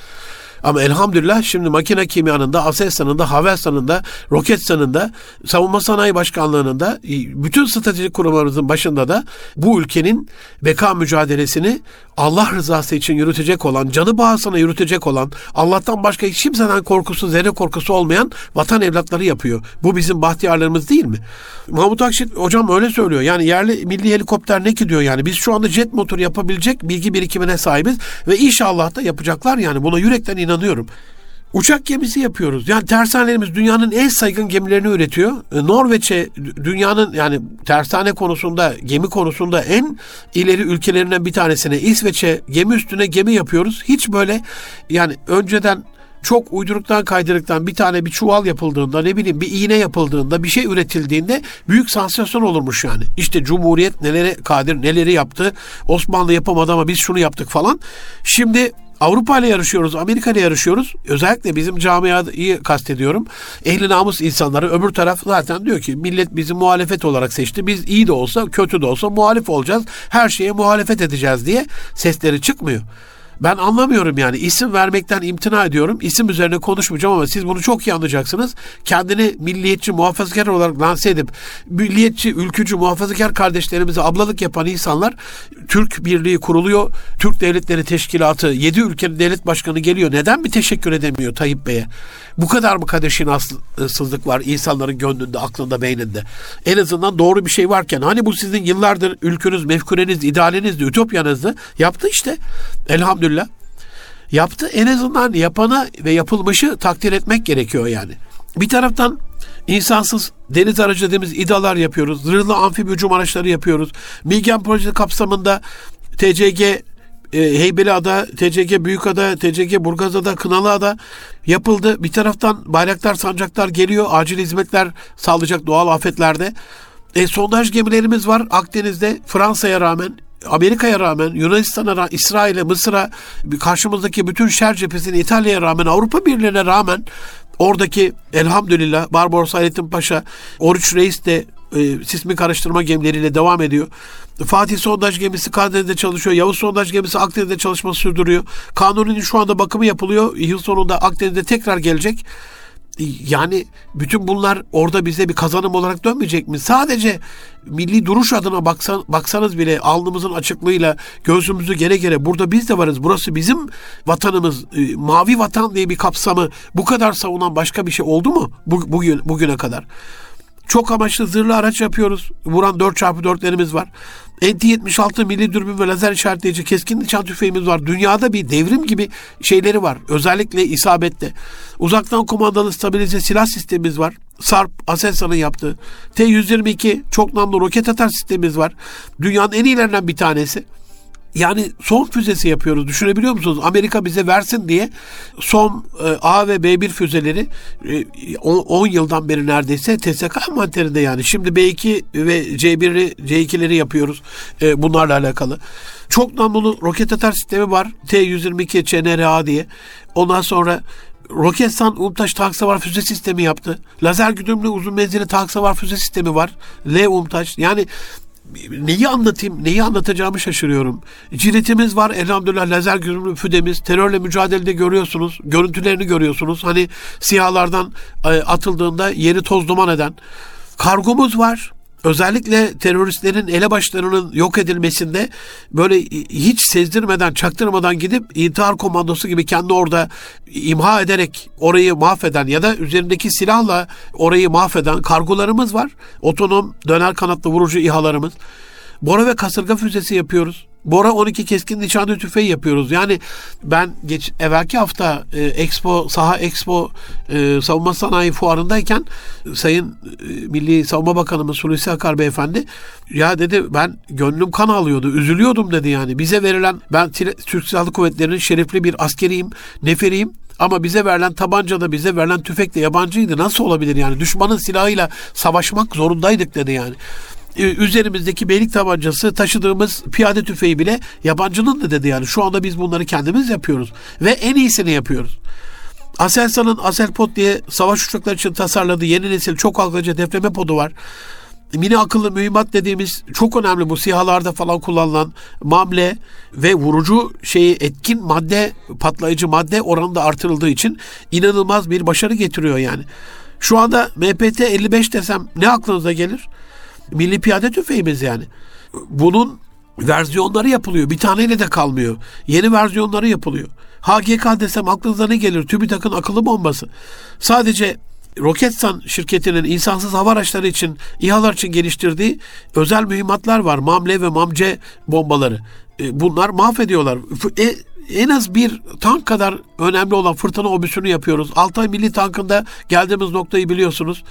A: Ama elhamdülillah şimdi makine kimyanın da, Aselsan'ın da, Havelsan'ın da, Roketsan'ın da, Savunma Sanayi Başkanlığı'nın da, bütün stratejik kurumlarımızın başında da bu ülkenin beka mücadelesini Allah rızası için yürütecek olan, canı bağısına yürütecek olan, Allah'tan başka hiç kimseden korkusu, zerre korkusu olmayan vatan evlatları yapıyor. Bu bizim bahtiyarlarımız değil mi? Mahmut Akşit hocam öyle söylüyor. Yani yerli milli helikopter ne ki diyor yani. Biz şu anda jet motoru yapabilecek bilgi birikimine sahibiz ve inşallah da yapacaklar yani. Buna yürekten inanıyorum. Uçak gemisi yapıyoruz. Yani tersanelerimiz dünyanın en saygın gemilerini üretiyor. Norveç'e dünyanın yani tersane konusunda, gemi konusunda en ileri ülkelerinden bir tanesine, İsveç'e gemi üstüne gemi yapıyoruz. Hiç böyle yani önceden çok uyduruktan kaydırıktan bir çuval yapıldığında, ne bileyim bir iğne yapıldığında, bir şey üretildiğinde büyük sansasyon olurmuş yani. İşte Cumhuriyet nelere kadir, neleri yaptı, Osmanlı yapamadı ama biz şunu yaptık falan. Şimdi Avrupa ile yarışıyoruz, Amerika ile yarışıyoruz. Özellikle bizim camiayı kastediyorum. Ehli namus insanları, öbür taraf zaten diyor ki millet bizi muhalefet olarak seçti. Biz iyi de olsa, kötü de olsa muhalif olacağız. Her şeye muhalefet edeceğiz diye sesleri çıkmıyor. Ben anlamıyorum yani. İsim vermekten imtina ediyorum. İsim üzerine konuşmayacağım ama siz bunu çok iyi anlayacaksınız. Kendini milliyetçi, muhafazakar olarak lanse edip milliyetçi, ülkücü, muhafazakar kardeşlerimize ablalık yapan insanlar, Türk Birliği kuruluyor. Türk Devletleri Teşkilatı 7 ülkenin devlet başkanı geliyor. Neden bir teşekkür edemiyor Tayyip Bey'e? Bu kadar mı kadeşinasızlık var insanların gönlünde, aklında, beyninde? En azından doğru bir şey varken, hani bu sizin yıllardır ülkünüz, mefkureniz, idealinizdi, ütopyanızdı. Yaptı işte. Elhamdülillah. Yaptı. En azından yapanı ve yapılmışı takdir etmek gerekiyor yani. Bir taraftan insansız deniz aracı dediğimiz İDA'lar yapıyoruz. Zırhlı amfibi hücum araçları yapıyoruz. Milgen projesi kapsamında TCG Heybeliada, TCG Büyükada, TCG Burgazada, Kınalıada yapıldı. Bir taraftan bayraklar, sancaklar geliyor. Acil hizmetler sağlayacak doğal afetlerde. Sondaj gemilerimiz var Akdeniz'de. Fransa'ya rağmen, Amerika'ya rağmen, Yunanistan'a, İsrail'e, Mısır'a, karşımızdaki bütün şer cephesine, İtalya'ya rağmen, Avrupa Birliği'ne rağmen oradaki elhamdülillah Barbaros Hayrettin Paşa, Oruç Reis de sismik araştırma gemileriyle devam ediyor. Fatih sondaj gemisi Karadeniz'de çalışıyor. Yavuz sondaj gemisi Akdeniz'de çalışması sürdürüyor. Kanuni'nin şu anda bakımı yapılıyor. Yıl sonunda Akdeniz'de tekrar gelecek. Yani bütün bunlar orada bize bir kazanım olarak dönmeyecek mi? Sadece milli duruş adına baksanız bile alnımızın açıklığıyla gözümüzü gere gere burada biz de varız. Burası bizim vatanımız. Mavi vatan diye bir kapsamı bu kadar savunan başka bir şey oldu mu bugüne kadar? Çok amaçlı zırhlı araç yapıyoruz. Vuran 4x4'lerimiz var. NT-76 milli dürbün ve lazer işaretleyici keskin nişan tüfeğimiz var. Dünyada bir devrim gibi şeyleri var. Özellikle isabette. Uzaktan kumandalı stabilize silah sistemimiz var. Sarp, Aselsan'ın yaptığı. T-122 çok namlu roket atar sistemimiz var. Dünyanın en iyilerinden bir tanesi. Yani son füzesi yapıyoruz. Düşünebiliyor musunuz? Amerika bize versin diye son A ve B1 füzeleri 10 yıldan beri neredeyse TSK envanterinde yani. Şimdi B2 ve C1'i, C2'leri yapıyoruz bunlarla alakalı. Çok namlulu roket atar sistemi var. T-122 CNRA diye. Ondan sonra Roketsan UMTAŞ tank savar füze sistemi yaptı. Lazer güdümlü uzun menzilli tank savar füze sistemi var. L-UMTAŞ. Yani neyi anlatayım, neyi anlatacağımı şaşırıyorum. Ciritimiz var, elhamdülillah lazer güdümlü füzemiz. Terörle mücadelede görüyorsunuz, görüntülerini görüyorsunuz. Hani SİHA'lardan atıldığında yeri toz duman eden. Kargomuz var. Özellikle teröristlerin elebaşlarının yok edilmesinde böyle hiç sezdirmeden, çaktırmadan gidip intihar komandosu gibi kendi orada imha ederek orayı mahveden ya da üzerindeki silahla orayı mahveden kargolarımız var. Otonom döner kanatlı vurucu İHA'larımız. Bora ve kasırga füzesi yapıyoruz. Bora 12 keskin nişancı tüfeği yapıyoruz. Yani ben evvelki hafta Saha Expo Savunma Sanayi Fuarı'ndayken Sayın Milli Savunma Bakanımız Hulusi Akar Beyefendi, ya dedi, ben gönlüm kan alıyordu, üzülüyordum dedi yani. Bize verilen, ben Türk Silahlı Kuvvetleri'nin şerefli bir askeriyim, neferiyim. Ama bize verilen tabanca da, bize verilen tüfek de yabancıydı. Nasıl olabilir yani? Düşmanın silahıyla savaşmak zorundaydık dedi yani. Üzerimizdeki beylik tabancası, taşıdığımız piyade tüfeği bile yabancının da dedi yani. Şu anda biz bunları kendimiz yapıyoruz. Ve en iyisini yapıyoruz. Aselsan'ın Aselpod diye savaş uçakları için tasarladığı yeni nesil çok akıllıca defleme podu var. Mini akıllı mühimmat dediğimiz çok önemli, bu SİHA'larda falan kullanılan mamle ve vurucu etkin madde, patlayıcı madde oranı da artırıldığı için inanılmaz bir başarı getiriyor yani. Şu anda MPT-55 desem ne aklınıza gelir? Milli piyade tüfeğimiz yani. Bunun versiyonları yapılıyor. Bir taneyle de kalmıyor. Yeni versiyonları yapılıyor. HGK desem aklınıza ne gelir? TÜBİTAK'ın akıllı bombası. Sadece Roketsan şirketinin insansız hava araçları için, İHA'lar için geliştirdiği özel mühimmatlar var. MAMLE ve MAMC bombaları. Bunlar mahvediyorlar. En az bir tank kadar önemli olan fırtına obüsünü yapıyoruz. Altay Milli Tankı'nda geldiğimiz noktayı biliyorsunuz.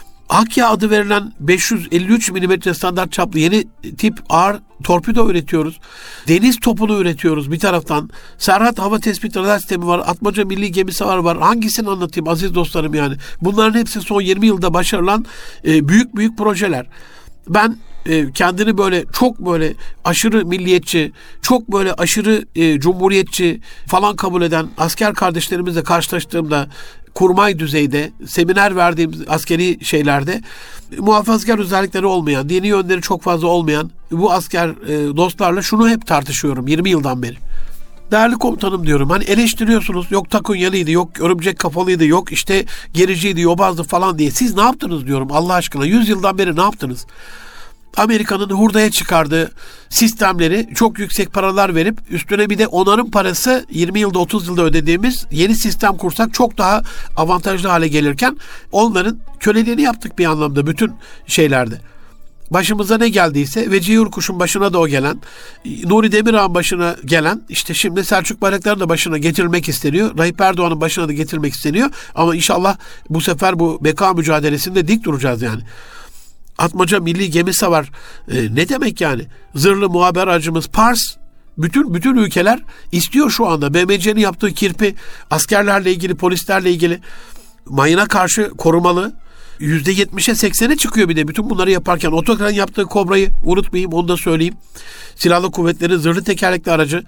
A: Akya adı verilen 553 mm standart çaplı yeni tip ağır torpido üretiyoruz. Deniz topunu üretiyoruz bir taraftan. Serhat Hava Tespit Radar Sistemi var. Atmaca Milli Gemisi var. Hangisini anlatayım aziz dostlarım yani. Bunların hepsi son 20 yılda başarılan büyük projeler. Ben kendini böyle çok böyle aşırı milliyetçi, çok böyle aşırı cumhuriyetçi falan kabul eden asker kardeşlerimizle karşılaştığımda, kurmay düzeyde, seminer verdiğim askeri şeylerde muhafazakar özellikleri olmayan, dini yönleri çok fazla olmayan bu asker dostlarla şunu hep tartışıyorum 20 yıldan beri. Değerli komutanım diyorum, hani eleştiriyorsunuz, yok takunyalıydı, yok örümcek kafalıydı, yok işte gericiydi, yobazdı falan diye. Siz ne yaptınız diyorum Allah aşkına, 100 yıldan beri ne yaptınız? Amerika'nın hurdaya çıkardığı sistemleri çok yüksek paralar verip üstüne bir de onarım parası 20 yılda 30 yılda ödediğimiz yeni sistem kursak çok daha avantajlı hale gelirken onların köleliğini yaptık bir anlamda bütün şeylerde. Başımıza ne geldiyse, Vecihi Yurkuş'un başına da o gelen, Nuri Demirağ'ın başına gelen, işte şimdi Selçuk Bayraktar'ın da başına getirilmek isteniyor. Rahip Erdoğan'ın başına da getirilmek isteniyor. Ama inşallah bu sefer bu beka mücadelesinde dik duracağız yani. Atmaca Milli Gemisi var. Ne demek yani? Zırhlı muhaber aracımız Pars. Bütün ülkeler istiyor şu anda. BMC'nin yaptığı kirpi askerlerle ilgili, polislerle ilgili mayına karşı korumalı. %70'e 80'e çıkıyor bir de bütün bunları yaparken. Otokran yaptığı Kobra'yı unutmayayım, onu da söyleyeyim. Silahlı Kuvvetleri zırhlı tekerlekli aracı.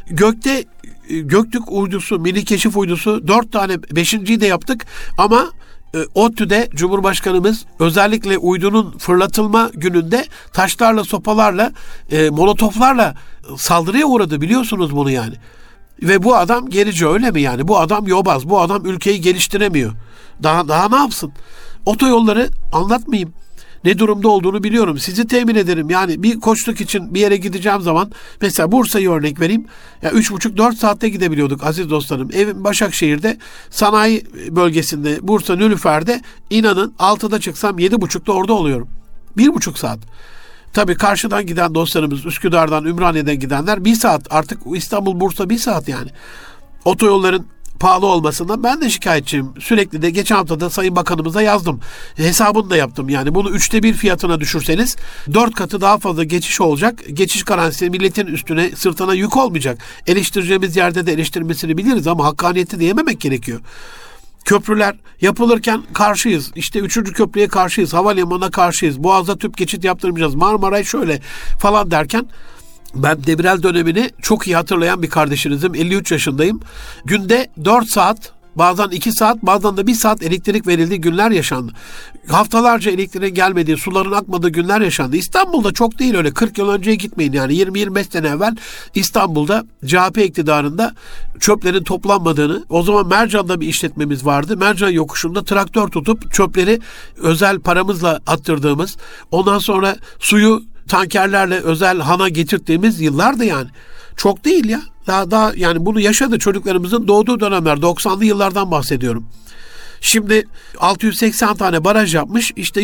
A: Göktürk uydusu, milli keşif uydusu 4 tane, 5.'yi de yaptık ama ODTÜ'de Cumhurbaşkanımız özellikle uydunun fırlatılma gününde taşlarla, sopalarla, molotoflarla saldırıya uğradı, biliyorsunuz bunu yani. Ve bu adam gerici, öyle mi yani? Bu adam yobaz, bu adam ülkeyi geliştiremiyor. Daha ne yapsın? Otoyolları anlatmayayım. Ne durumda olduğunu biliyorum. Sizi temin ederim. Yani bir koçluk için bir yere gideceğim zaman, mesela Bursa'yı örnek vereyim. Ya 3,5-4 saatte gidebiliyorduk aziz dostlarım. Evim Başakşehir'de, sanayi bölgesinde, Bursa Nülüfer'de, inanın 6'da çıksam 7,5'da orada oluyorum. 1,5 saat. Tabii karşıdan giden dostlarımız, Üsküdar'dan, Ümraniye'den gidenler 1 saat. Artık İstanbul, Bursa 1 saat yani. Otoyolların pahalı olmasından ben de şikayetçiyim. Sürekli de geçen hafta da Sayın Bakanımıza yazdım. Hesabını da yaptım. Yani bunu 1/3 fiyatına düşürseniz 4 katı daha fazla geçiş olacak. Geçiş garantisi milletin üstüne, sırtına yük olmayacak. Eleştireceğimiz yerde de eleştirmesini biliriz ama hakkaniyeti de yememek gerekiyor. Köprüler yapılırken karşıyız. İşte 3. köprüye karşıyız. Havalimanına karşıyız. Boğaz'da tüp geçit yaptırmayacağız. Marmaray şöyle falan derken, ben Demirel dönemini çok iyi hatırlayan bir kardeşinizim. 53 yaşındayım. Günde 4 saat, bazen 2 saat, bazen de 1 saat elektrik verildiği günler yaşandı. Haftalarca elektriğin gelmediği, suların akmadığı günler yaşandı. İstanbul'da çok değil öyle. 40 yıl önceye gitmeyin yani. 20-25 sene evvel İstanbul'da CHP iktidarında çöplerin toplanmadığını, o zaman Mercan'da bir işletmemiz vardı. Mercan yokuşunda traktör tutup çöpleri özel paramızla attırdığımız, ondan sonra suyu tankerlerle özel hana getirdiğimiz yıllardı yani. Çok değil ya. Daha yani bunu yaşadı çocuklarımızın doğduğu dönemler. 90'lı yıllardan bahsediyorum. Şimdi 680 tane baraj yapmış. İşte yok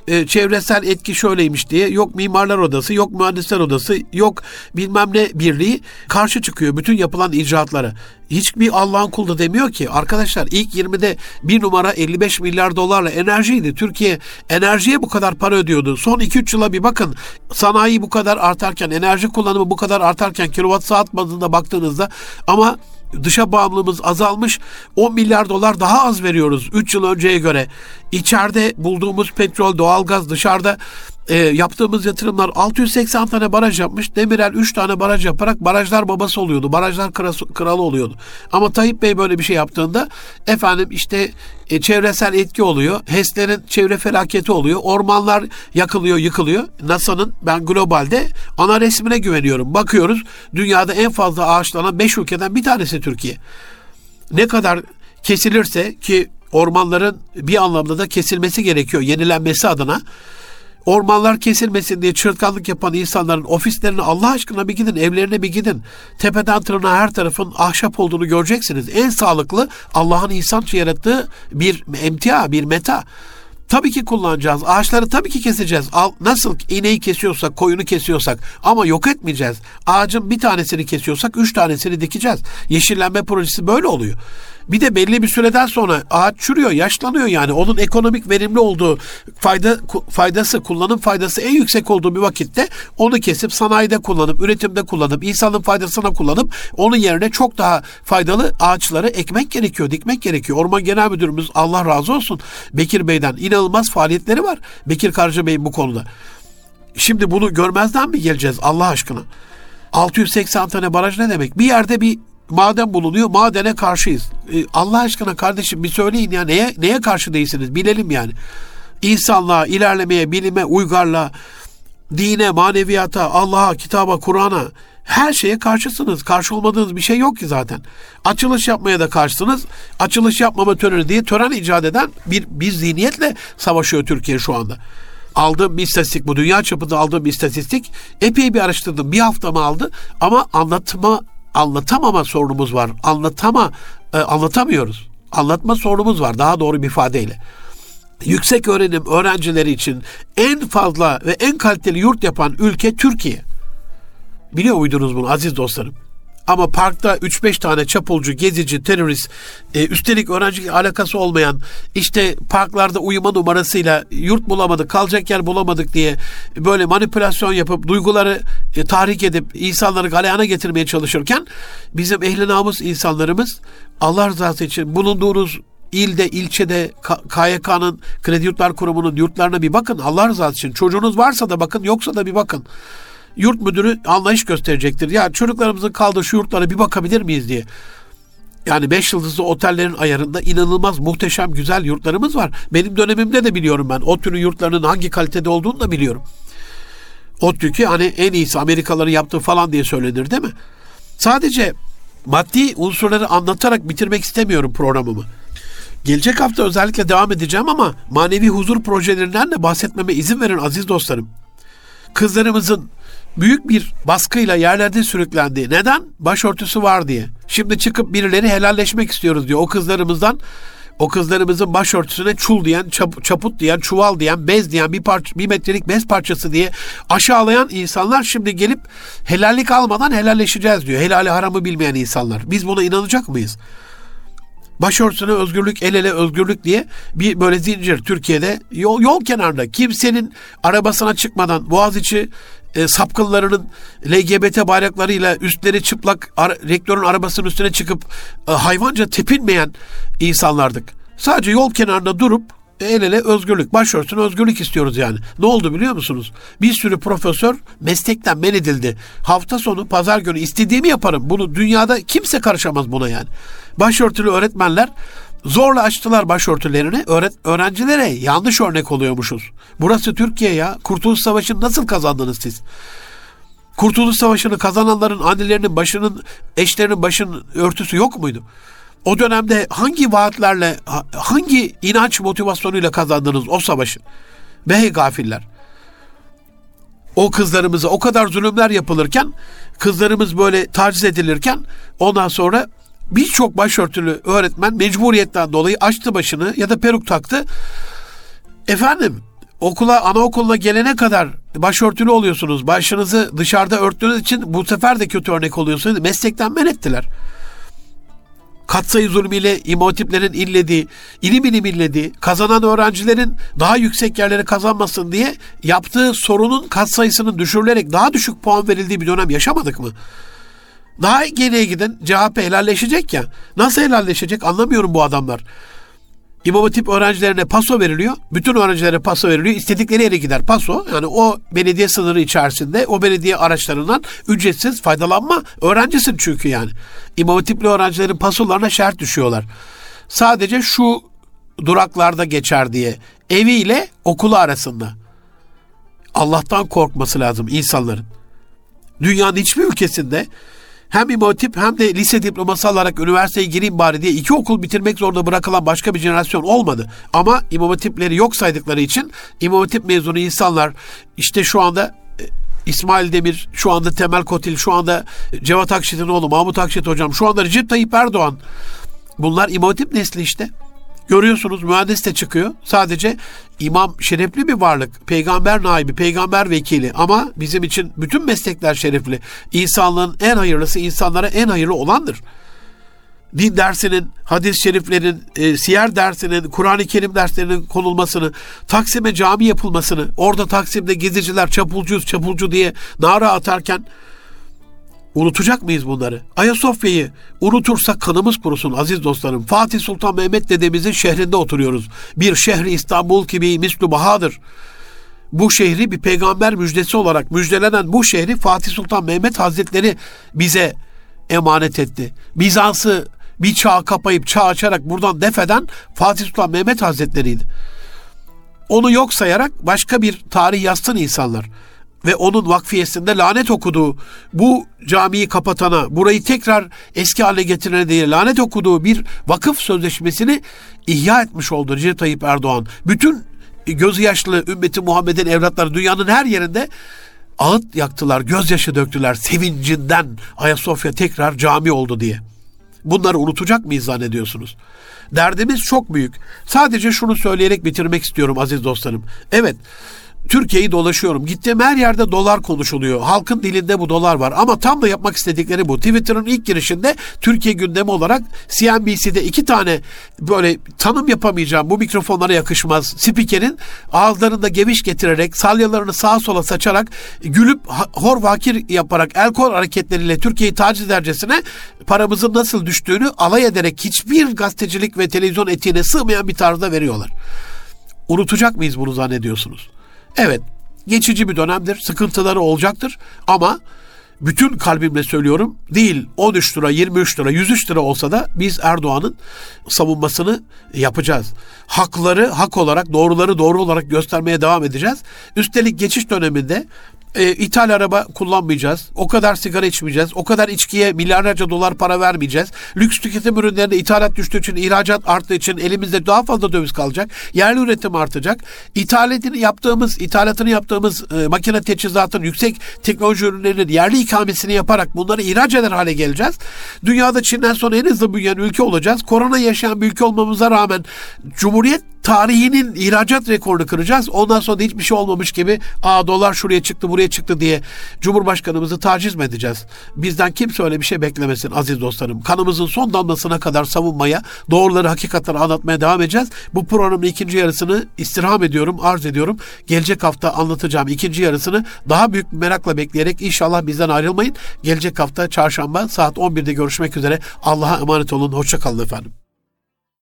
A: çevresel etki şöyleymiş diye, yok mimarlar odası, yok mühendisler odası, yok bilmem ne birliği karşı çıkıyor bütün yapılan icraatlara. Hiçbir Allah'ın kulu da demiyor ki. Arkadaşlar ilk 20'de bir numara 55 milyar dolarla enerjiydi. Türkiye enerjiye bu kadar para ödüyordu. Son 2-3 yıla bir bakın. Sanayi bu kadar artarken, enerji kullanımı bu kadar artarken kilowatt saat bazında baktığınızda, ama dışa bağımlılığımız azalmış, 10 milyar dolar daha az veriyoruz 3 yıl önceye göre. İçeride bulduğumuz petrol, doğalgaz, dışarıda yaptığımız yatırımlar, 680 tane baraj yapmış. Demirel 3 tane baraj yaparak barajlar babası oluyordu. Barajlar kralı oluyordu. Ama Tayyip Bey böyle bir şey yaptığında efendim işte çevresel etki oluyor. HES'lerin çevre felaketi oluyor. Ormanlar yakılıyor, yıkılıyor. NASA'nın ben globalde ana resmine güveniyorum. Bakıyoruz, dünyada en fazla ağaçlanan 5 ülkeden bir tanesi Türkiye. Ne kadar kesilirse, ki ormanların bir anlamda da kesilmesi gerekiyor yenilenmesi adına. Ormanlar kesilmesin diye çırtkanlık yapan insanların ofislerine Allah aşkına bir gidin, evlerine bir gidin. Tepeden tırnağa her tarafın ahşap olduğunu göreceksiniz. En sağlıklı, Allah'ın insanca yarattığı bir emtia, bir meta. Tabii ki kullanacağız. Ağaçları tabii ki keseceğiz. Nasıl ineği kesiyorsak, koyunu kesiyorsak, ama yok etmeyeceğiz. Ağacın bir tanesini kesiyorsak 3 tanesini dikeceğiz. Yeşillenme projesi böyle oluyor. Bir de belli bir süreden sonra ağaç çürüyor, yaşlanıyor yani. Onun ekonomik verimli olduğu, kullanım faydası en yüksek olduğu bir vakitte onu kesip sanayide kullanıp, üretimde kullanıp, insanın faydasına kullanıp onun yerine çok daha faydalı ağaçları ekmek gerekiyor, dikmek gerekiyor. Orman Genel Müdürümüz, Allah razı olsun, Bekir Bey'den inanılmaz faaliyetleri var. Bekir Karcı Bey'in bu konuda. Şimdi bunu görmezden mi geleceğiz Allah aşkına? 680 tane baraj ne demek? Bir yerde bir maden bulunuyor, madene karşıyız. Allah aşkına kardeşim bir söyleyin ya, neye karşı değilsiniz? Bilelim yani. İnsanlığa, ilerlemeye, bilime, uygarlığa, dine, maneviyata, Allah'a, kitaba, Kur'an'a, her şeye karşısınız. Karşı olmadığınız bir şey yok ki zaten. Açılış yapmaya da karşısınız. Açılış yapmama töreni diye tören icat eden bir zihniyetle savaşıyor Türkiye şu anda. Aldığım bir istatistik, bu dünya çapında aldığım bir istatistik, epey bir araştırdım. Bir haftamı aldı ama anlatamama sorunumuz var. Anlatamıyoruz. Anlatma sorunumuz var, daha doğru bir ifadeyle. Yüksek öğrenim öğrencileri için en fazla ve en kaliteli yurt yapan ülke Türkiye. Biliyor muydunuz bunu aziz dostlarım? Ama parkta 3-5 tane çapulcu, gezici, terörist, üstelik öğrenciyle alakası olmayan, işte parklarda uyuma numarasıyla yurt bulamadık, kalacak yer bulamadık diye böyle manipülasyon yapıp duyguları tahrik edip insanları galeyana getirmeye çalışırken, bizim ehli namus insanlarımız Allah rızası için bulunduğunuz ilde, ilçede, KYK'nın, Kredi Yurtlar Kurumu'nun yurtlarına bir bakın. Allah rızası için. Çocuğunuz varsa da bakın, yoksa da bir bakın. Yurt müdürü anlayış gösterecektir. Ya çocuklarımızın kaldığı şu yurtlara bir bakabilir miyiz diye. Yani 5 yıldızlı otellerin ayarında inanılmaz muhteşem güzel yurtlarımız var. Benim dönemimde de biliyorum ben. ODTÜ'nün yurtlarının hangi kalitede olduğunu da biliyorum. ODTÜ'nü hani en iyisi Amerikalıların yaptığı falan diye söylenir değil mi? Sadece maddi unsurları anlatarak bitirmek istemiyorum programımı. Gelecek hafta özellikle devam edeceğim ama manevi huzur projelerinden de bahsetmeme izin verin aziz dostlarım. Kızlarımızın büyük bir baskıyla yerlerde sürüklendiği, neden? Başörtüsü var diye. Şimdi çıkıp birileri helalleşmek istiyoruz diyor. O kızlarımızın başörtüsüne çul diyen, çaput diyen, çuval diyen, bez diyen, bir metrelik bez parçası diye aşağılayan insanlar şimdi gelip helallik almadan helalleşeceğiz diyor. Helali haramı bilmeyen insanlar. Biz buna inanacak mıyız? Başörtüsüne özgürlük, el ele özgürlük diye bir böyle zincir Türkiye'de yol kenarında kimsenin arabasına çıkmadan Boğaziçi sapkınlarının LGBT bayraklarıyla üstleri çıplak rektörün arabasının üstüne çıkıp hayvanca tepinmeyen insanlardık. Sadece yol kenarında durup el ele özgürlük, başörtüsüne özgürlük istiyoruz yani. Ne oldu biliyor musunuz? Bir sürü profesör meslekten men edildi. Hafta sonu, pazar günü istediğimi yaparım. Bunu dünyada kimse karışamaz buna yani. Başörtülü öğretmenler zorla açtılar başörtülerini. Öğrencilere yanlış örnek oluyormuşuz. Burası Türkiye ya. Kurtuluş Savaşı'nı nasıl kazandınız siz? Kurtuluş Savaşı'nı kazananların annelerinin başının, eşlerinin başının örtüsü yok muydu? O dönemde hangi vaatlerle, hangi inanç motivasyonuyla kazandınız o savaşı? Be gafiller. O kızlarımıza o kadar zulümler yapılırken, kızlarımız böyle taciz edilirken, ondan sonra birçok başörtülü öğretmen mecburiyetten dolayı açtı başını ya da peruk taktı. Efendim, anaokuluna gelene kadar başörtülü oluyorsunuz. Başınızı dışarıda örttüğünüz için bu sefer de kötü örnek oluyorsunuz. Meslekten men ettiler. Katsayı zulmüyle İmam Hatiplerin ilim illediği, kazanan öğrencilerin daha yüksek yerlere kazanmasın diye yaptığı sorunun katsayısının düşürülerek daha düşük puan verildiği bir dönem yaşamadık mı? Daha geriye giden CHP helalleşecek ya. Nasıl helalleşecek anlamıyorum bu adamlar. İmam Hatip öğrencilerine paso veriliyor. Bütün öğrencilere paso veriliyor. İstedikleri yere gider paso. Yani o belediye sınırı içerisinde o belediye araçlarından ücretsiz faydalanma öğrencisin çünkü yani. İmam Hatipli öğrencilerin pasolarına şart düşüyorlar. Sadece şu duraklarda geçer diye. Eviyle okulu arasında. Allah'tan korkması lazım insanların. Dünyanın hiçbir ülkesinde hem İmam Hatip hem de lise diploması alarak üniversiteye gireyim bari diye 2 okul bitirmek zorunda bırakılan başka bir jenerasyon olmadı. Ama İmam Hatipleri yok saydıkları için İmam Hatip mezunu insanlar işte şu anda İsmail Demir, şu anda Temel Kotil, şu anda Cevat Akşit'in oğlu Mahmut Akşit hocam, şu anda Recep Tayyip Erdoğan. Bunlar İmam Hatip nesli işte. Görüyorsunuz mühendis de çıkıyor. Sadece imam şerefli bir varlık. Peygamber naibi, peygamber vekili. Ama bizim için bütün meslekler şerefli. İnsanlığın en hayırlısı insanlara en hayırlı olandır. Din dersinin, hadis-i şeriflerin, siyer dersinin, Kur'an-ı Kerim derslerinin konulmasını, Taksim'e cami yapılmasını, orada Taksim'de geziciler çapulcu diye nara atarken unutacak mıyız bunları? Ayasofya'yı unutursak kanımız kurusun aziz dostlarım. Fatih Sultan Mehmet dedemizin şehrinde oturuyoruz. Bir şehri İstanbul gibi mislü bahadır. Bu şehri bir peygamber müjdesi olarak müjdelenen bu şehri Fatih Sultan Mehmet Hazretleri bize emanet etti. Bizans'ı bir çağ kapayıp çağ açarak buradan defeden Fatih Sultan Mehmet Hazretleri'ydi. Onu yok sayarak başka bir tarih yazsın insanlar. Ve onun vakfiyesinde lanet okuduğu, bu camiyi kapatana, burayı tekrar eski haline getirene diye lanet okuduğu bir vakıf sözleşmesini ihya etmiş oldu Recep Tayyip Erdoğan. Bütün gözü yaşlı ümmeti Muhammed'in evlatları dünyanın her yerinde ağıt yaktılar, gözyaşı döktüler sevincinden Ayasofya tekrar cami oldu diye. Bunları unutacak mıyız zannediyorsunuz? Derdimiz çok büyük. Sadece şunu söyleyerek bitirmek istiyorum aziz dostlarım. Evet, Türkiye'yi dolaşıyorum. Gittiğim her yerde dolar konuşuluyor. Halkın dilinde bu dolar var. Ama tam da yapmak istedikleri bu. Twitter'ın ilk girişinde Türkiye gündemi olarak CNBC'de 2 tane böyle tanım yapamayacağım, bu mikrofonlara yakışmaz spikerin ağızlarında geviş getirerek, salyalarını sağa sola saçarak, gülüp hor vakir yaparak, el kol hareketleriyle Türkiye'yi taciz edercesine paramızın nasıl düştüğünü alay ederek hiçbir gazetecilik ve televizyon etiğine sığmayan bir tarzda veriyorlar. Unutacak mıyız bunu zannediyorsunuz? Evet, geçici bir dönemdir, sıkıntıları olacaktır ama bütün kalbimle söylüyorum, değil 13 lira, 23 lira, 103 lira olsa da biz Erdoğan'ın savunmasını yapacağız. Hakları hak olarak, doğruları doğru olarak göstermeye devam edeceğiz. Üstelik geçiş döneminde ithal araba kullanmayacağız. O kadar sigara içmeyeceğiz. O kadar içkiye milyarlarca dolar para vermeyeceğiz. Lüks tüketim ürünlerine ithalat düştüğü için, ihracat arttığı için elimizde daha fazla döviz kalacak. Yerli üretim artacak. İthalatını yaptığımız makine teçhizatın, yüksek teknoloji ürünlerinin yerli ikamesini yaparak bunları ihraç eder hale geleceğiz. Dünyada Çin'den sonra en hızlı büyüyen ülke olacağız. Korona yaşayan bir ülke olmamıza rağmen Cumhuriyet tarihinin ihracat rekorunu kıracağız. Ondan sonra da hiçbir şey olmamış gibi dolar şuraya çıktı, buraya çıktı diye Cumhurbaşkanımızı taciz mi edeceğiz? Bizden kimse öyle bir şey beklemesin aziz dostlarım. Kanımızın son damlasına kadar savunmaya, doğruları, hakikatleri anlatmaya devam edeceğiz. Bu programın ikinci yarısını istirham ediyorum, arz ediyorum. Gelecek hafta anlatacağım ikinci yarısını daha büyük bir merakla bekleyerek inşallah bizden ayrılmayın. Gelecek hafta çarşamba saat 11'de görüşmek üzere. Allah'a emanet olun. Hoşça kalın efendim.